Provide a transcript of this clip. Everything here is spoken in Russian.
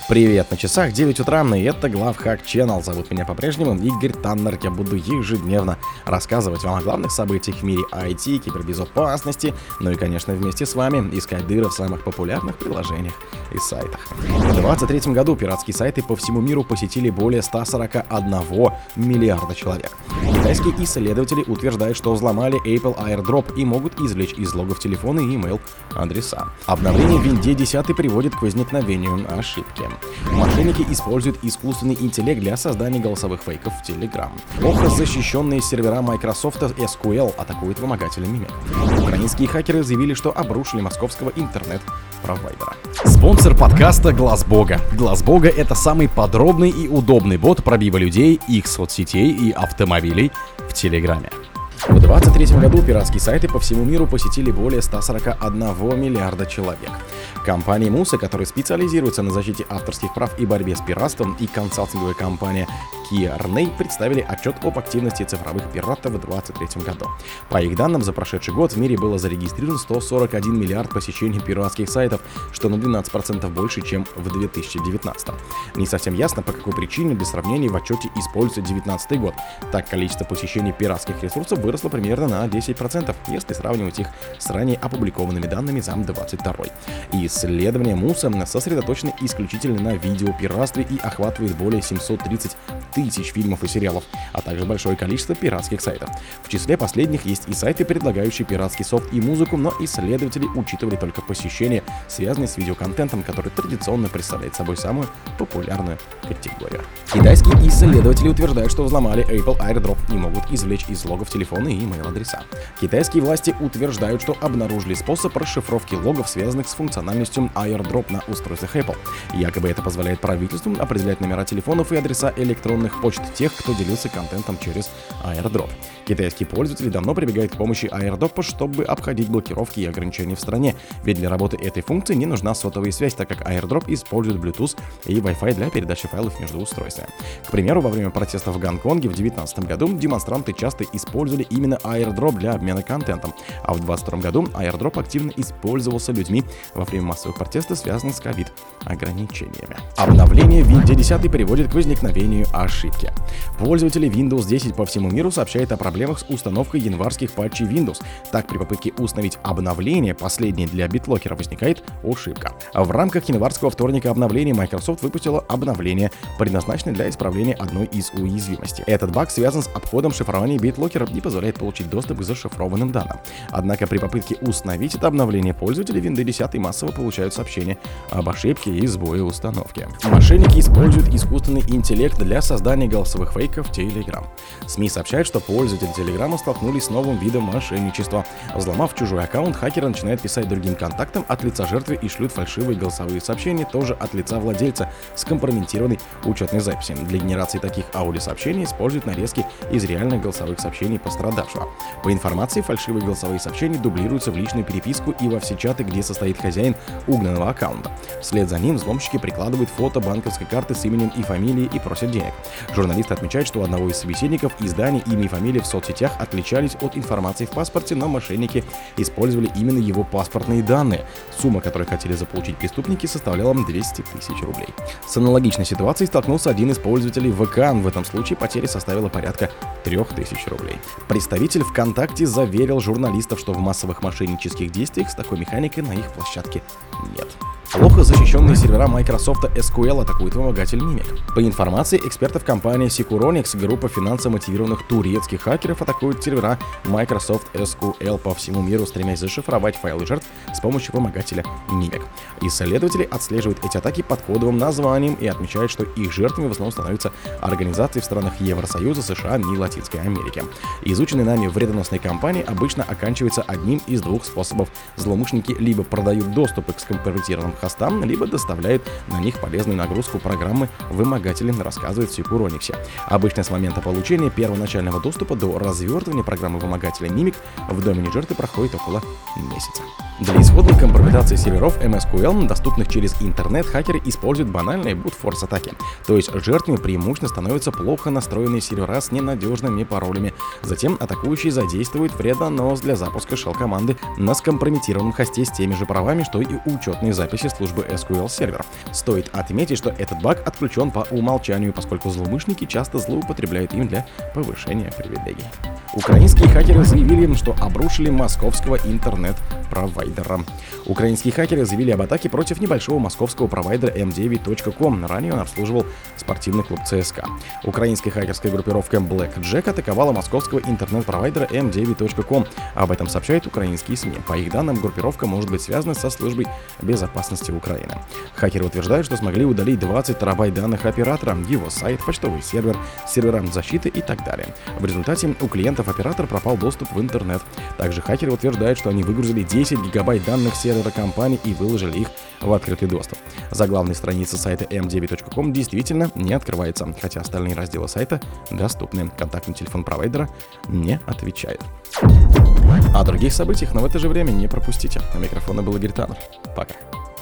Привет, на часах 9 утра, и это Главхак Channel. Зовут меня по-прежнему Игорь Таннер. Я буду ежедневно рассказывать вам о главных событиях в мире IT, кибербезопасности, ну и, конечно, вместе с вами искать дыры в самых популярных приложениях и сайтах. В 2023 году пиратские сайты по всему миру посетили более 141 миллиарда человек. Китайские исследователи утверждают, что взломали Apple AirDrop и могут извлечь из логов телефона и email адреса. Обновление в Винде 10 приводит к возникновению ошибки. Мошенники используют искусственный интеллект для создания голосовых фейков в Telegram. Плохо защищенные сервера Microsoft SQL атакуют вымогателями. Украинские хакеры заявили, что обрушили московского интернет-провайдера. Спонсор подкаста Глаз Бога. Глаз Бога — это самый подробный и удобный бот пробива людей, их соцсетей и автомобилей в Телеграме. В 2023 году пиратские сайты по всему миру посетили более 141 миллиарда человек. Компания Musa, которая специализируется на защите авторских прав и борьбе с пиратством, и консалтинговая компания Kearney представили отчет об активности цифровых пиратов в 2023 году. По их данным, за прошедший год в мире было зарегистрировано 141 миллиард посещений пиратских сайтов, что на 12% больше, чем в 2019. Не совсем ясно, по какой причине для сравнения в отчете используется 2019 год. Так, количество посещений пиратских ресурсов выросло примерно на 10%, если сравнивать их с ранее опубликованными данными за 2022. Исследования Musa сосредоточены исключительно на видеопиратстве и охватывает более 730 тысяч фильмов и сериалов, а также большое количество пиратских сайтов. В числе последних есть и сайты, предлагающие пиратский софт и музыку, но исследователи учитывали только посещения, связанные с видеоконтентом, который традиционно представляет собой самую популярную категорию. Китайские исследователи утверждают, что взломали Apple AirDrop и могут извлечь из логов телефона и email-адреса. Китайские власти утверждают, что обнаружили способ расшифровки логов, связанных с функциональностью AirDrop на устройствах Apple. Якобы это позволяет правительству определять номера телефонов и адреса электронных почт тех, кто делился контентом через AirDrop. Китайские пользователи давно прибегают к помощи AirDrop, чтобы обходить блокировки и ограничения в стране, ведь для работы этой функции не нужна сотовая связь, так как AirDrop использует Bluetooth и Wi-Fi для передачи файлов между устройствами. К примеру, во время протестов в Гонконге в 2019 году демонстранты часто использовали именно AirDrop для обмена контентом, а в 2022 году AirDrop активно использовался людьми во время массовых протестов, связанных с ковид-ограничениями. Обновление в Windows 10 приводит к возникновению ошибки. Пользователи Windows 10 по всему миру сообщают о проблемах с установкой январских патчей Windows. Так, при попытке установить обновление, последнее для BitLocker, возникает ошибка. В рамках январского вторника обновления Microsoft выпустила обновление, предназначенное для исправления одной из уязвимостей. Этот баг связан с обходом шифрования BitLocker и позволяет получить доступ к зашифрованным данным. Однако при попытке установить это обновление, пользователи Windows 10 массово получают сообщения об ошибке и сбое установки. Мошенники используют искусственный интеллект для создания голосовых фейков в Telegram. СМИ сообщают, что пользователи Telegram столкнулись с новым видом мошенничества. Взломав чужой аккаунт, хакеры начинают писать другим контактам от лица жертвы и шлют фальшивые голосовые сообщения тоже от лица владельца с компрометированной учетной записью. Для генерации таких аудиосообщений используют нарезки из реальных голосовых сообщений пострадавшего. По информации, фальшивые голосовые сообщения дублируются в личную переписку и во все чаты, где состоит хозяин угнанного аккаунта. Вслед за ним взломщики прикладывают фото банковской карты с именем и фамилией и просят денег. Журналисты отмечают, что у одного из собеседников издание, имя и фамилия в соцсетях отличались от информации в паспорте, но мошенники использовали именно его паспортные данные. Сумма, которую хотели заполучить преступники, составляла 200 тысяч рублей. С аналогичной ситуацией столкнулся один из пользователей ВК. В этом случае потеря составила порядка 3000 рублей. Представитель ВКонтакте заверил журналистов, что в массовых мошеннических действиях с такой механикой на их площадке нет. Плохо защищенные сервера Microsoft SQL атакует вымогатель Mimic. По информации экспертов компании Securonix, группа финансово мотивированных турецких хакеров атакует сервера Microsoft SQL по всему миру, стремясь зашифровать файлы жертв с помощью вымогателя Mimic. Исследователи отслеживают эти атаки под кодовым названием и отмечают, что их жертвами в основном становятся организации в странах Евросоюза, США и Латинской Америки. Изученные нами вредоносные компании обычно оканчиваются одним из двух способов. Злоумышленники либо продают доступы к скомпрометированным хостам, либо доставляют на них полезную нагрузку программы вымогатели, рассказывает в Securonix. Обычно с момента получения первоначального доступа до развертывания программы вымогателя Mimic в домене жертвы проходит около месяца. Для исходной компрометации серверов MSQL, доступных через интернет, хакеры используют банальные брут-форс-атаки. То есть жертвами преимущественно становятся плохо настроенные сервера с ненадежными паролями. Затем атакующие задействуют вредонос для запуска shell-команды на скомпрометированном хосте с теми же правами, что и учетные записи службы SQL Server. Стоит отметить, что этот баг отключен по умолчанию, поскольку злоумышленники часто злоупотребляют им для повышения привилегий. Украинские хакеры заявили, что обрушили московского интернет-провайдера. Украинские хакеры заявили об атаке против небольшого московского провайдера m9.com. Ранее он обслуживал спортивный клуб ЦСКА. Украинская хакерская группировка Blackjack атаковала московского интернет-провайдера m9.com. Об этом сообщают украинские СМИ. По их данным, группировка может быть связана со службой безопасности Украины. Хакеры утверждают, что смогли удалить 20 терабайт данных оператора, его сайт, почтовый сервер, сервера защиты и так далее. В результате у клиентов оператора пропал доступ в интернет. Также хакеры утверждают, что они выгрузили 10 гигабайт данных сервера компании и выложили их в открытый доступ. Заглавная страница сайта m9.com действительно не открывается, хотя остальные разделы сайта доступны. Контактный телефон провайдера не отвечает. О других событиях, но в это же время не пропустите. На микрофоне был Игорь Таннер. Пока.